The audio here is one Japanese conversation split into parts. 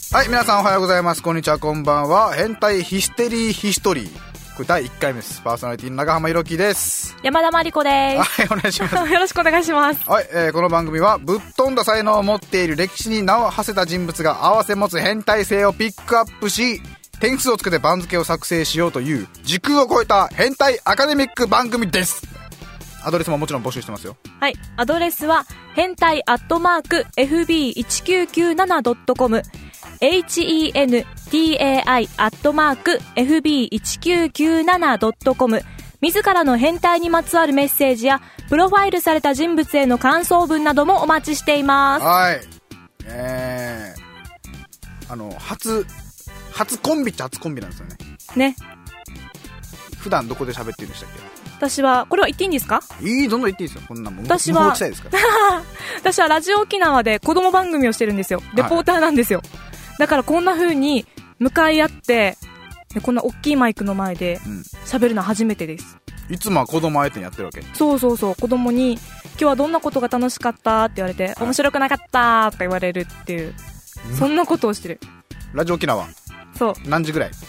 はい、皆さんおはようございます。こんにちは、こんばんは。変態ヒステリーヒストリー。これ第1回目です。パーソナリティの長浜ひろきです。 山田真理子です。 はい、お願いします。 よろしくお願いします。 はい、この番組はぶっ飛んだ才能を持っている歴史に名を馳せた人物が合わせ持つ変態性をピックアップし、点数をつけて番付を作成しようという時空を超えた変態アカデミック番組です。アドレスももちろん募集してますよ。 はい、アドレスは変態@fb1997.com hentai@fb1997.com 自らの変態にまつわるメッセージやプロファイルされた人物への感想文などもお待ちしています。 はい、初コンビっちゃ初コンビなんですよね。 ね。 普段どこで喋ってるんでしたっけ？ 私はこれは言っていいんですか？ いい、どんどん言っていいですよ。こんなもん私はですから私はラジオ沖縄で子供番組をしてるんですよ。レポーターなんですよ、はい、だからこんな風に向かい合ってこんな大きいマイクの前で喋るのは初めてです、 いつもは子供相手にやってるわけ？ そうそうそう、子供に今日はどんなことが楽しかったって言われて、はい、面白くなかったとか言われるっていう、そんなことをしてる。 ラジオ沖縄、 そう、 何時ぐらい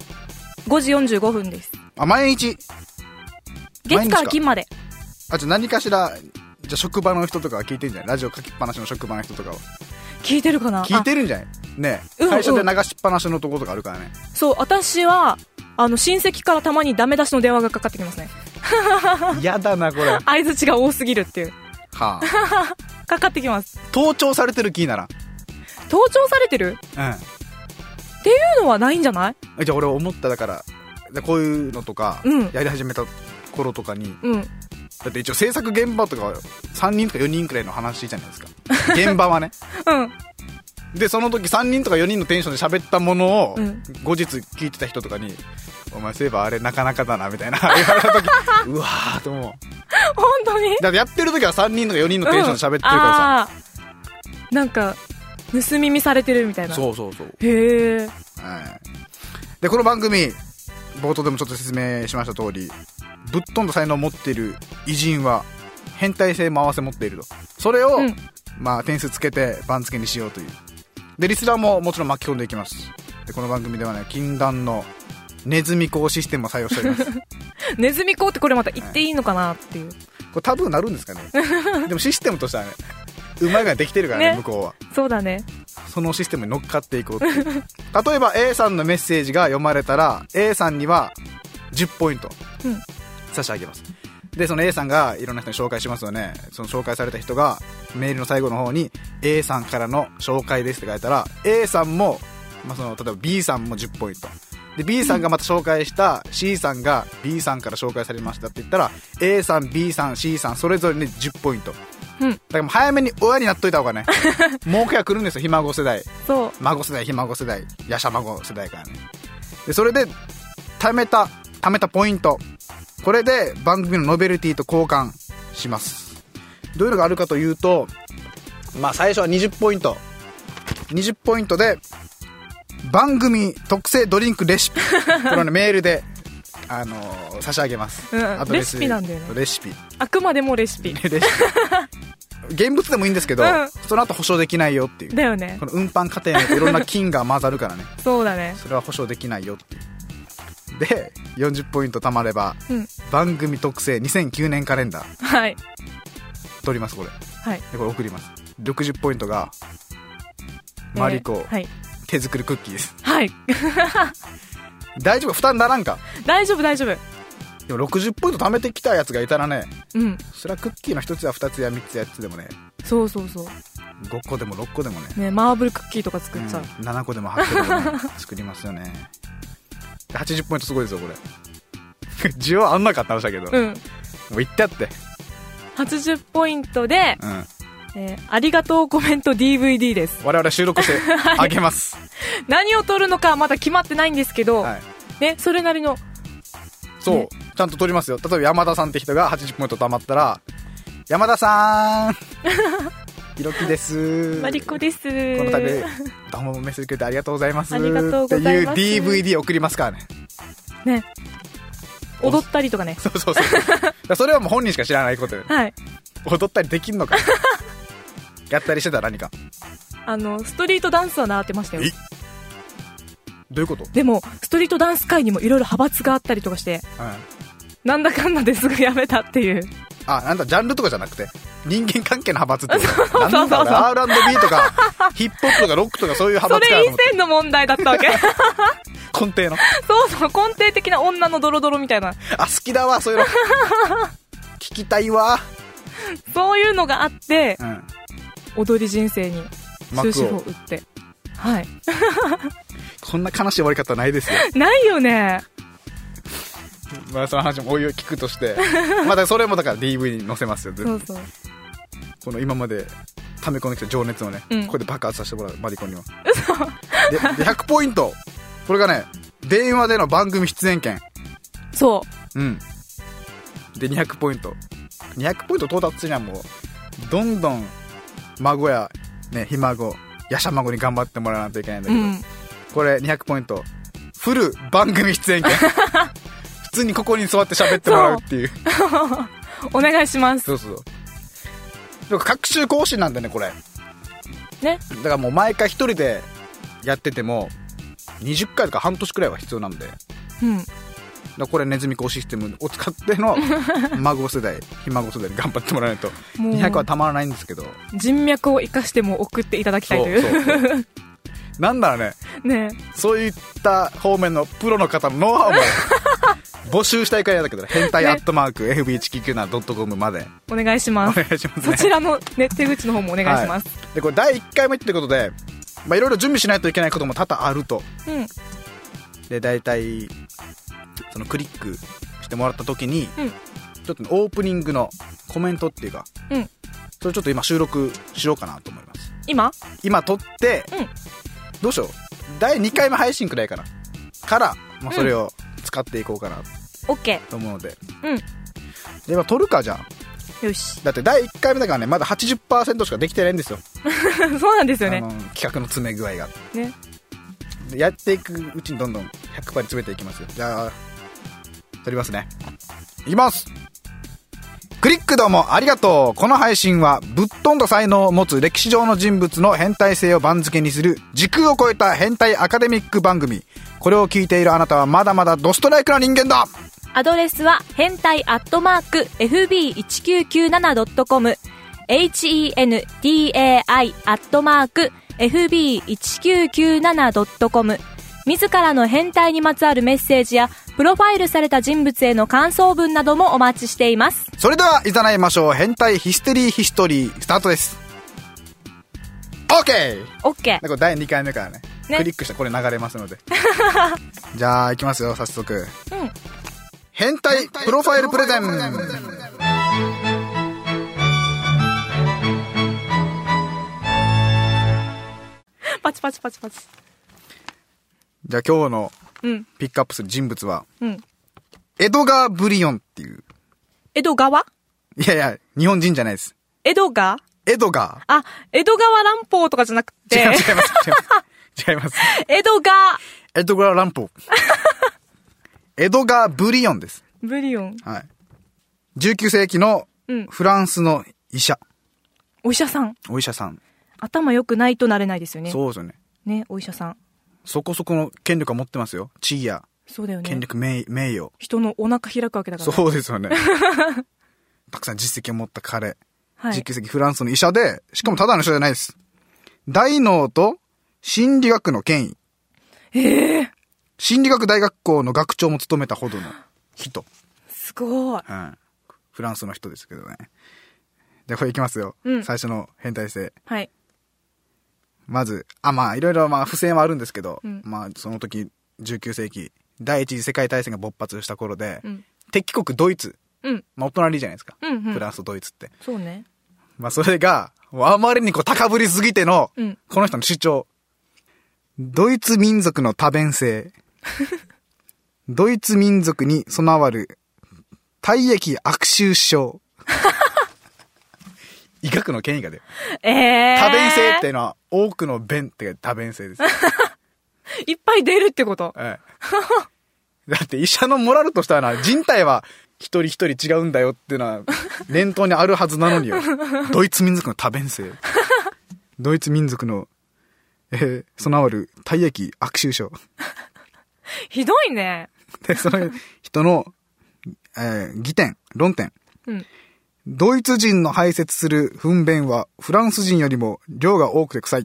？5時45分です。 あ、毎日月から金まで。 あ、じゃあ何かしら、じゃあ職場の人とかは聞いてるんじゃない？ラジオ書きっぱなしの職場の人とかは聞いてるかな？ 聞いてるんじゃないね、会社で流しっぱなしのところとかあるからね。 そう、私は親戚からたまにダメ出しの電話がかかってきますね。 やだなこれ。 相づちが多すぎるっていう、 はあ、 かかってきます。 盗聴されてる気なら。 盗聴されてる？うん。っていうのはないんじゃない？ じゃあ俺思っただからこういうのとか、やり始めた頃とかに、だって一応制作現場とか3人とか4人くらいの話じゃないですか。現場はね。でその時3人とか4人のテンションで喋ったものを、後日聞いてた人とかに、お前そういえばあれなかなかだなみたいな言われた時うわーと思う。本当に？ だってやってる時は3人とか4人のテンションで喋ってるからさ、 なんか盗み見されてるみたいな。 そうそうそう。 へー。 でこの番組冒頭でもちょっと説明しました通り、ぶっ飛んだ才能を持っている偉人は変態性も合わせ持っていると。それを、点数つけて番付にしようという。でリスナーももちろん巻き込んでいきます。でこの番組ではね、禁断のネズミ講システムを採用しております。 ネズミ講ってこれまた言っていいのかなっていう、 これタブーなるんですかね。でもシステムとしてはね、うまいができてるからね、向こうは。 そうだね。そのシステムに乗っかっていこうっていう。例えば A さんのメッセージが読まれたら A さんには10ポイント差し上げます。でその A さんがいろんな人に紹介しますよね。その紹介された人がメールの最後の方に A さんからの紹介ですって書いたら、 A さんも、例えば B さんも10ポイントで、 B さんがまた紹介した C さんが B さんから紹介されましたって言ったら A さん B さん C さんそれぞれに10ポイント。だからもう早めに親になっといた方がね、儲けが来るんですよ。ひ孫世代、そう、孫世代、ひ孫世代、やしゃ孫世代からね。でそれで貯めたポイント、これで番組のノベルティと交換します。どういうのがあるかというと、最初は20ポイントで番組特製ドリンクレシピこれねメールで差し上げます、アドレス。レシピなんだよね。レシピ、あくまでもレシピ。現物でもいいんですけど、その後保証できないよっていう。だよね。この運搬過程にいろんな菌が混ざるからね。そうだね。それは保証できないよっていう。で40ポイント貯まれば、番組特製2009年カレンダー、はい、取りますこれ。はい。でこれ送ります。60ポイントがマリコ、はい、手作りクッキーです。はい。大丈夫？負担ならんか？大丈夫。でも60ポイント貯めてきたやつがいたらね、それはクッキーの1つや2つや3つや8つでもね、そう5個でも6個でもね、マーブルクッキーとか作っちゃう、7個でも8個でもね作りますよね。80ポイントすごいですよこれ。需要あんなかった話だけど、もう言ってやって。80ポイントで、ありがとうコメント DVD です。我々収録してあげます。何を撮るのかまだ決まってないんですけど、ね、それなりのそう、ね、ちゃんと撮りますよ。例えば山田さんって人が80ポイント貯まったら、山田さんひろきですマリコです、この度どうもメッセージくれてありがとうございますっていう DVD 送りますからね。踊ったりとかね。そうそれはもう本人しか知らないことで、はい、踊ったりできんのかやったりしてたら何かストリートダンスは習ってましたよ。 どういうこと？ でもストリートダンス界にもいろいろ派閥があったりとかして、なんだかんだですぐやめたっていう。 なんだジャンルとかじゃなくて人間関係の派閥ってこと？なんだろう、R&B とかヒップホップとかロックとかそういう派閥かと思って。 それ以前の問題だったわけ。 根底の。 そう根底的な女のドロドロみたいな。 好きだわそういうの。聞きたいわ。 そういうのがあって、踊り人生に終止符を打って、はい。 こんな悲しい終わり方ないですよ。 ないよね。 まあその話もおいおい聞くとして、まだそれもだから DV に載せますよ。 そうこの今まで溜め込んできた情熱をね、ここで爆発させてもらう。マリコンにはで100ポイント。これがね、電話での番組出演権。で200ポイント。200ポイント到達するにはもうどんどん孫やね、ひ孫、やしゃ孫に頑張ってもらわないといけないんだけど、これ200ポイントフル番組出演権。普通にここに座って喋ってもらうっていう。 お願いします。 そう各週更新なんでね、これね。 だからもう毎回一人でやってても20回とか半年くらいは必要なんで、だこれネズミ講システムを使っての孫世代、ひ孫世代に頑張ってもらわないと200はたまらないんですけど、 人脈を生かしても送っていただきたいという。 なんだろうね、そういった方面のプロの方のノウハウも募集したいくらいだけど、変態@fb1997.com までお願いします。そちらの、ね、手口の方もお願いします。 でこれ第1回目ってことで、いろいろ準備しないといけないことも多々あると。で大体そのクリックしてもらった時に、ちょっと、オープニングのコメントっていうか、それちょっと今収録しようかなと思います。今撮って、どうしよう、第2回目配信くらいかなから、それを使っていこうかなと思うので、で今撮るか。じゃあよし。 だって第1回目だからね、まだ 80% しかできてないんですよ。 そうなんですよね。 企画の詰め具合がね。 やっていくうちにどんどん 100% に詰めていきますよ。じゃあ撮りますね。いきます。クリックどうもありがとう。この配信はぶっ飛んだ才能を持つ歴史上の人物の変態性を番付にする時空を超えた変態アカデミック番組。これを聞いているあなたはまだまだドストライクな人間だ。 アドレスは変態@fb1997.com、 HENTAI@fb1997.com。 自らの変態にまつわるメッセージやプロファイルされた人物への感想文などもお待ちしています。 それではいざないましょう。変態ヒステリーヒストリースタートです。 OK。 これ第2回目からね、クリックしたらこれ流れますのでじゃあいきますよ、早速。変態プロファイルプレゼン。 パチパチパチパチ。 じゃあ今日のピックアップする人物は、エドガー・ブリオンっていう。 江戸川？ いやいや、日本人じゃないです。 江戸川？ エドガー。江戸川乱歩とかじゃなくて。 違います。 江戸川。 エドガー乱歩。エドガー・ブリオンです。 ブリオン。 はい。19世紀のフランスの医者。 お医者さん。頭良くないとなれないですよね。 そうですよね。 ね、お医者さん。 そこそこの権力を持ってますよ。地位や。 そうだよね。 権力、名誉。 人のお腹開くわけだから。 そうですよね。たくさん実績を持った彼。19世紀フランスの医者で、しかもただの医者じゃないです。大脳と心理学の権威。心理学大学校の学長も務めたほどの人。 すごい。 フランスの人ですけどね。で、これいきますよ。最初の変態性。まず、いろいろ不正はあるんですけど、その時、19世紀、第一次世界大戦が勃発した頃で、敵国ドイツ、お隣じゃないですか。フランスとドイツって。 そうね。 それが、あまりに高ぶりすぎての、この人の主張。ドイツ民族の多弁性。ドイツ民族に備わる、体液悪臭症。医学の権威が出る。多弁性っていうのは、多くの弁って多弁性です。 いっぱい出るってこと。 だって医者のモラルとしたら人体は一人一人違うんだよっていうのは念頭にあるはずなのによ。ドイツ民族の多弁性。ドイツ民族の備わる体液悪臭症。 ひどいね。 で、その人の、論点。 うん。 ドイツ人の排泄する糞便はフランス人よりも量が多くて臭い。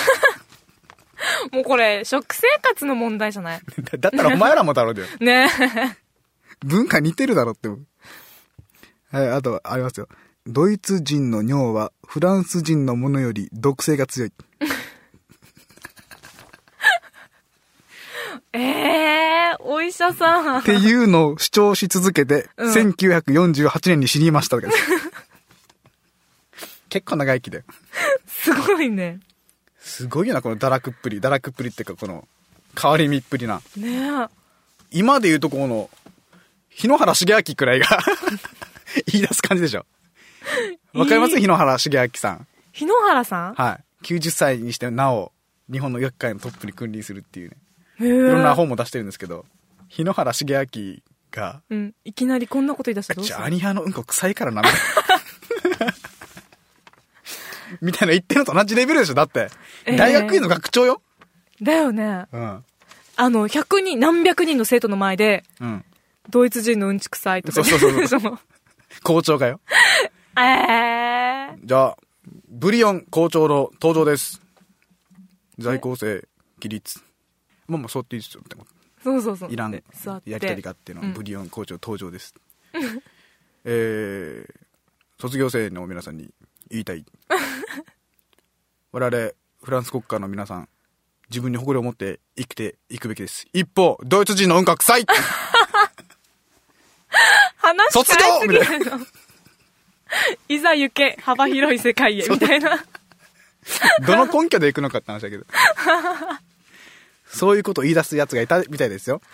もうこれ、食生活の問題じゃない？ だったらお前らもだろうだよ。 ね文化似てるだろって。あと、ありますよ。ドイツ人の尿はフランス人のものより毒性が強い。 お医者さん。 っていうのを主張し続けて、1948年に死にました。結構長生きだよ。 すごいね。 すごいよな、この堕落っぷりっていうか、この変わり身っぷりな。 ねえ。 今で言うとこの、日野原茂明くらいが言い出す感じでしょ。わかります？日野原茂明さん。 日野原さん？ はい。90歳にしてなお、日本の医学界のトップに君臨するっていうね。 いろんな本も出してるんですけど、日野原茂明が、 うん、いきなりこんなこと言い出したらどうする？ アニハのうんこ臭いからな、みたいな言ってるのと同じレベルでしょ、だって。大学院の学長よ。 だよね。 うん。 100人、何百人の生徒の前で、 うん。 ドイツ人のうんち臭いとか。 そう校長がよ。じゃあ、ブリオン校長の登場です。在校生、起立。まあそうっていいですよって思って。 そう。 いらん。 座って。 やりたりがっていうのは、ブリオン校長登場です。卒業生の皆さんに言いたい。我々、フランス国家の皆さん、自分に誇りを持って生きていくべきです。一方、ドイツ人のうんこ臭い話卒業みたいな。 いざ行け、幅広い世界へ、みたいな。 どの根拠で行くのかって話だけど。そういうことを言い出すやつがいたみたいですよ。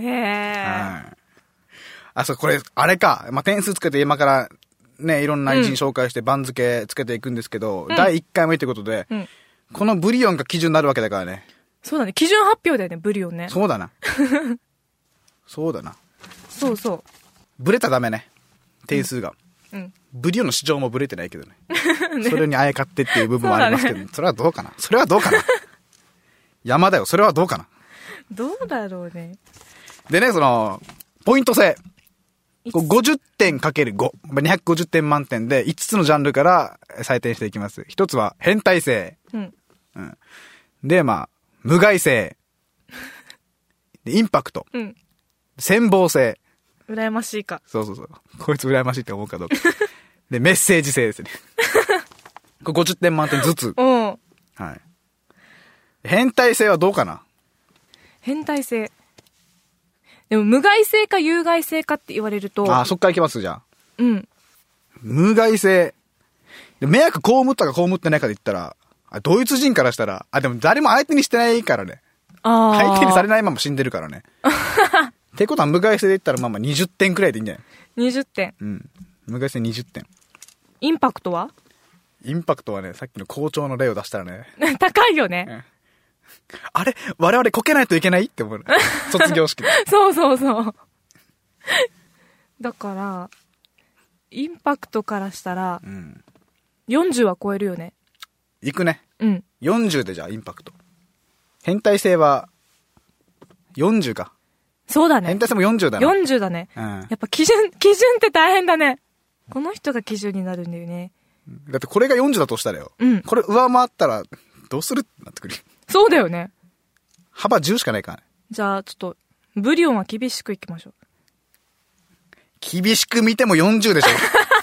そう、これ、あれか。まあ、点数つけて今からね、いろんな偉人紹介して番付つけていくんですけど、第1回目ということで、このブリオンが基準になるわけだからね。 そうだね。基準発表だよね、ブリオンね。 そうだな。そうだな。 そう。 ブレたらダメね。点数が。ブリオンの市場もブレてないけどね。それにあやかってっていう部分もありますけど、それはどうかな。山だよ、それはどうかな。 どうだろうね。 でね、ポイント制。50点かける5。250点満点で5つのジャンルから採点していきます。一つは変態性。で、無害性。で、インパクト。羨望性。 羨ましいか。 そう。こいつ羨ましいって思うかどうか。で、メッセージ性ですね。これ50点満点ずつ。はい。変態性はどうかな？ 変態性。でも、無害性か有害性かって言われると。 そっからいきます、じゃあ。無害性。で、迷惑被ったか被ってないかで言ったら、ドイツ人からしたら、でも誰も相手にしてないからね。相手にされないまま死んでるからね。ってことは無害性で言ったら20点くらいでいいんじゃない？ 20 点。 無害性20点。 インパクトは？ インパクトはね、さっきの校長の例を出したらね。 高いよね。 あれ我々こけないといけないって思う。卒業式で。 そう。だから、インパクトからしたら、40は超えるよね。 いくね。40でじゃあインパクト。変態性は、40か。 そうだね。 変態性も40だな。 40だね。やっぱ基準って大変だね。この人が基準になるんだよね。 だってこれが40だとしたらよ。これ上回ったら、どうするってなってくる。 そうだよね。 幅10しかないからね。 じゃあ、ちょっと、ブリオンは厳しくいきましょう。 厳しく見ても40でしょ。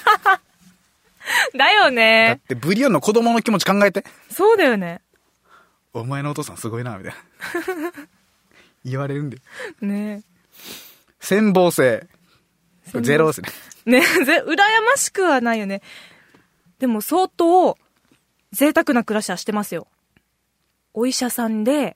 だよね。 だってブリオンの子供の気持ち考えて。 そうだよね。 お前のお父さんすごいな、みたいな。言われるんで。 ね羨望性。ゼロですね。 羨ましくはないよね。でも相当、贅沢な暮らしはしてますよ。お医者さんで、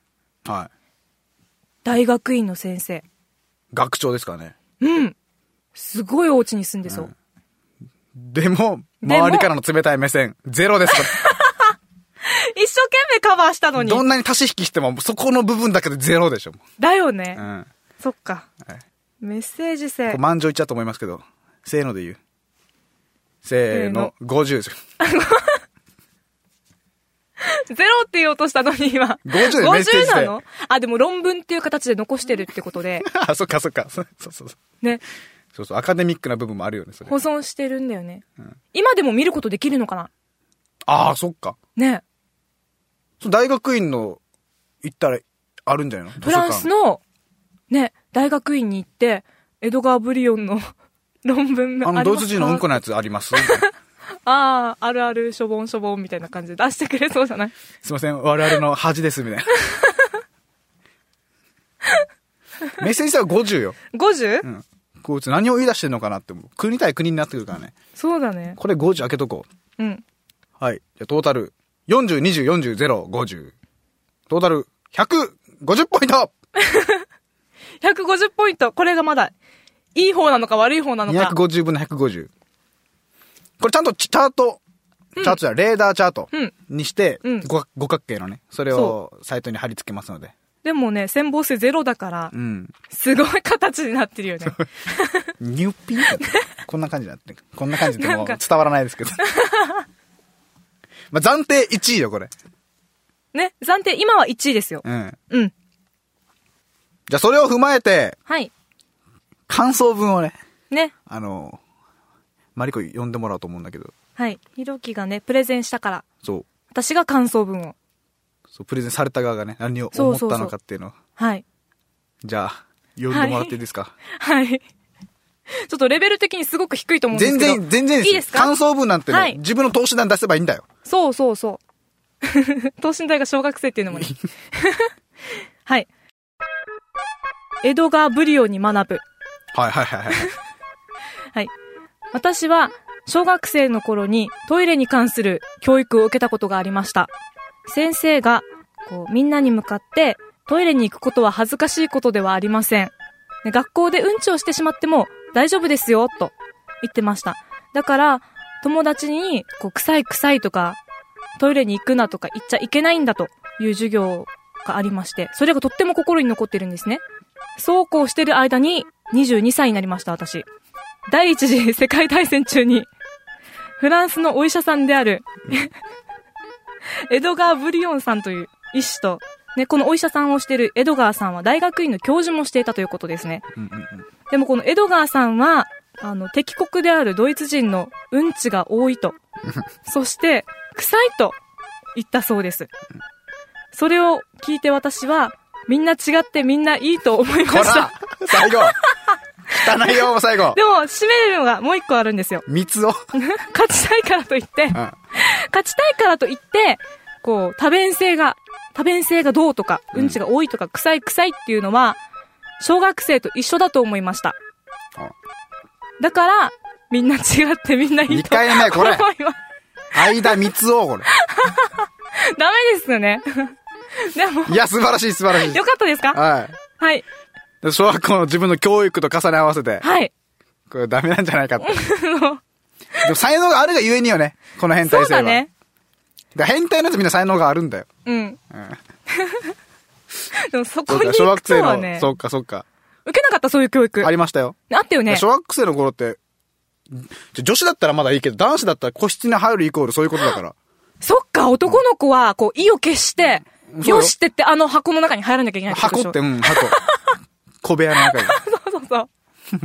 大学院の先生。 学長ですからね。すごいお家に住んでそう。 でも、周りからの冷たい目線、ゼロですから。 一生懸命カバーしたのに。 どんなに足し引きしても、そこの部分だけでゼロでしょ。 だよね。そっか。メッセージ性。 満場一致だと思いますけど、せーので言う。せーの、50ですよ。 ゼロって言おうとしたのに今。 50でメッセージで。 50なの？あ、でも論文っていう形で残してるってことで。 あ、そっかそっか。そう。 ね。 そう、アカデミックな部分もあるよね、それ。 保存してるんだよね。今でも見ることできるのかな？ ああ、そっか。 ね。 大学院の行ったらあるんじゃないの？ フランスの、ね、大学院に行って、エドガー・ブリオンの論文がありますか？ ドイツ人のうんこのやつありますああ、あるある、しょぼんしょぼんみたいな感じで出してくれそうじゃない？ すいません、我々の恥です、みたいな。メッセージさは50よ。 50？ うん。こいつ何を言い出してんのかなって思う。国対国になってくるからね。 そうだね。 これ50開けとこう。うん。 はい。じゃあトータル、40、20、40、0、50。トータル、150ポイント 150ポイント。これがまだ、いい方なのか悪い方なのか。 250分の150。これちゃんとチャートじゃレーダーチャートにして、五角形のね、それをサイトに貼り付けますので。 でもね、潜望性ゼロだから、すごい形になってるよね。 ニュッピーこんな感じになってる。こんな感じでもう伝わらないですけど。まあ、暫定1位よ、これ。 ね、暫定、今は1位ですよ。 うん。じゃあ、それを踏まえて、 はい。 感想文をね。 ね。 マリコ読んでもらおうと思うんだけど。 はい。ひろきがね、プレゼンしたから。 そう。 私が感想文を。 そう、プレゼンされた側がね、何を思ったのかっていうのを。 はい。 じゃあ、読んでもらっていいですか？ はい。ちょっとレベル的にすごく低いと思うんですけど。 全然です。 いいですか？ 感想文なんてね、自分の等身大出せばいいんだよ。 そう。等身大が小学生っていうのもね。はい。エドガー・ブリオンに学ぶ。 はい。 はい。私は、小学生の頃にトイレに関する教育を受けたことがありました。先生が、みんなに向かって、トイレに行くことは恥ずかしいことではありません。学校でうんちをしてしまっても大丈夫ですよ、と言ってました。だから、友達に、臭いとか、トイレに行くなとか言っちゃいけないんだという授業がありまして、それがとっても心に残ってるんですね。そうこうしてる間に22歳になりました、私。第一次世界大戦中に、フランスのお医者さんである、エドガー・ブリオンさんという医師と、ね、このお医者さんをしているエドガーさんは大学院の教授もしていたということですね。でもこのエドガーさんは、敵国であるドイツ人のうんちが多いと、そして、臭いと言ったそうです。それを聞いて私は、みんな違ってみんないいと思いました。 最後汚いよ、最後。 でも、締めるのがもう一個あるんですよ。 三つを勝ちたいからといって、多弁性がどうとか、うんちが多いとか、臭いっていうのは、小学生と一緒だと思いました。だから、みんな違ってみんないいと思います。 2回目、これ。間三つを、これ。 ダメですよね。でも。 いや、素晴らしい。 よかったですか？ はい。小学校の自分の教育と重ね合わせて。 はい。 これダメなんじゃないかって。でも才能があるがゆえによね。この変態性は。 そうだね。 変態のやつみんな才能があるんだよ。 でもそこに行くとはね。 そうか。受けなかったそういう教育。 ありましたよ。 あったよね。 小学生の頃って、女子だったらまだいいけど、男子だったら個室に入るイコールそういうことだから。そっか、男の子は、意を決して、よしって言って箱の中に入らなきゃいけないってことでしょ。 箱って、箱。小部屋の中に。 そう。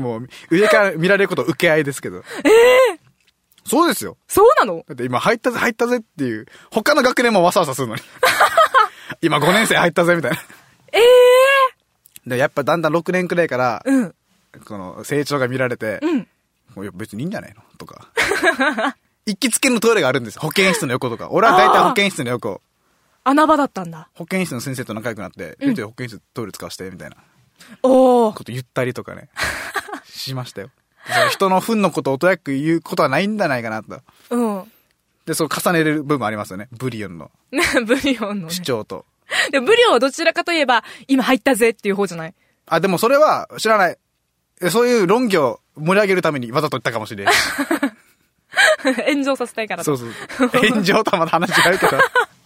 もう、上から見られること受け合いですけど。そうですよ。 そうなの？ だって今入ったぜっていう、他の学年もわさわさするのに。今5年生入ったぜみたいな。でやっぱだんだん6年くらいから、この成長が見られて、もう別にいいんじゃないのとか。行きつけのトイレがあるんですよ。保健室の横とか。俺は大体保健室の横。 穴場だったんだ。 保健室の先生と仲良くなって、保健室トイレ使わせて、みたいな。こと言ったりとかね。しましたよ。人の糞のことをとやく言うことはないんじゃないかなと。で、そう重ねる部分もありますよね。ブリオンの。 ブリオンの、 主張と。 でもブリオンはどちらかといえば、今入ったぜっていう方じゃない？ でもそれは知らない。そういう論議を盛り上げるためにわざと言ったかもしれない。 炎上させたいからと。 そう。炎上とはまだ話違うけど。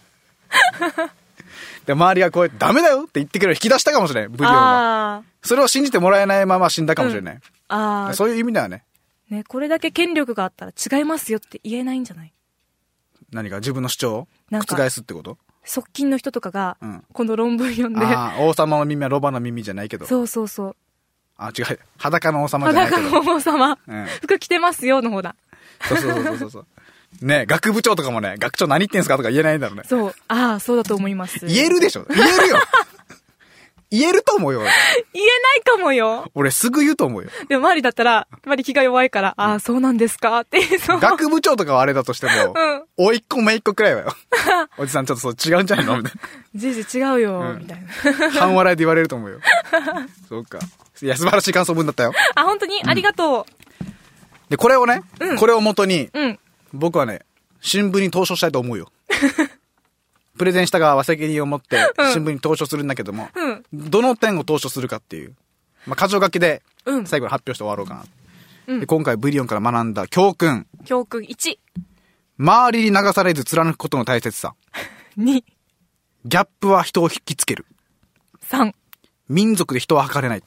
で、周りがこうやってダメだよって言ってくれる引き出したかもしれない。ブリオンは。それを信じてもらえないまま死んだかもしれない。そういう意味ではね。 ね、これだけ権力があったら違いますよって言えないんじゃない？ 何か自分の主張を覆すってこと？ 側近の人とかが、この論文読んで。 王様の耳はロバの耳じゃないけど。 そうそうそう。 違う。裸の王様じゃないけど。 裸の王様。服着てますよの方だ。 そう。ね、学部長とかもね、学長何言ってんすかとか言えないんだろうね。 そう。そうだと思います。 言えるでしょ。言えるよ。言えると思うよ。 言えないかもよ。 俺すぐ言うと思うよ。 でも周りだったら、周り気が弱いから、そうなんですかって言うそう。 学部長とかはあれだとしても、おいっ子めいっ子くらいはよ。おじさんちょっとそう違うんじゃないのみたいな。 じい違うよ、みたいな。 半笑いで言われると思うよ。そうか。いや、素晴らしい感想文だったよ。 本当にありがとう。 で、これをね、これを元に、僕はね、新聞に投書したいと思うよ。プレゼンした側は責任を持って新聞に投書するんだけども、どの点を投書するかっていう、箇条書きで最後に発表して終わろうかな。で今回ブリオンから学んだ教訓。 教訓1。 周りに流されず貫くことの大切さ。 2。 ギャップは人を引きつける。 3。 民族で人は測れない。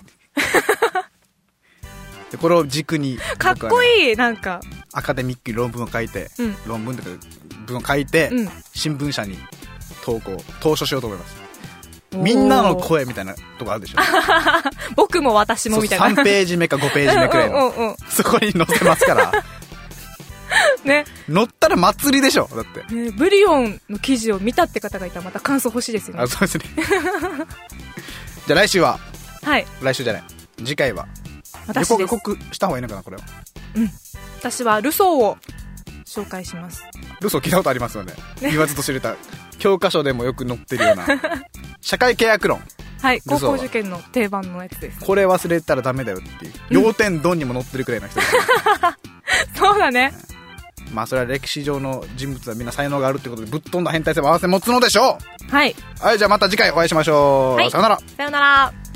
でこれを軸に、 かっこいい、なんか。 アカデミックに論文を書いて、論文とか文を書いて、新聞社に投書しようと思います。みんなの声みたいなとこあるでしょ。 僕も私もみたいな。 3ページ目か5ページ目くらいの。そこに載せますから。 ね。 載ったら祭りでしょ、だって。 ブリオンの記事を見たって方がいたらまた感想欲しいですよね。 そうですね。じゃあ来週は、来週じゃない。次回は、予告した方がいいのかな、これは。 私はルソーを紹介します。 ルソー聞いたことありますよね。言わずと知れた。教科書でもよく載ってるような。社会契約論。 高校受験の定番のやつです。 これ忘れたらダメだよっていう。要点ドンにも載ってるくらいの人です。 そうだね。 それは歴史上の人物はみんな才能があるってことで、ぶっ飛んだ変態性も合わせ持つのでしょう。 はい。 じゃあまた次回お会いしましょう。さよなら。 さよなら。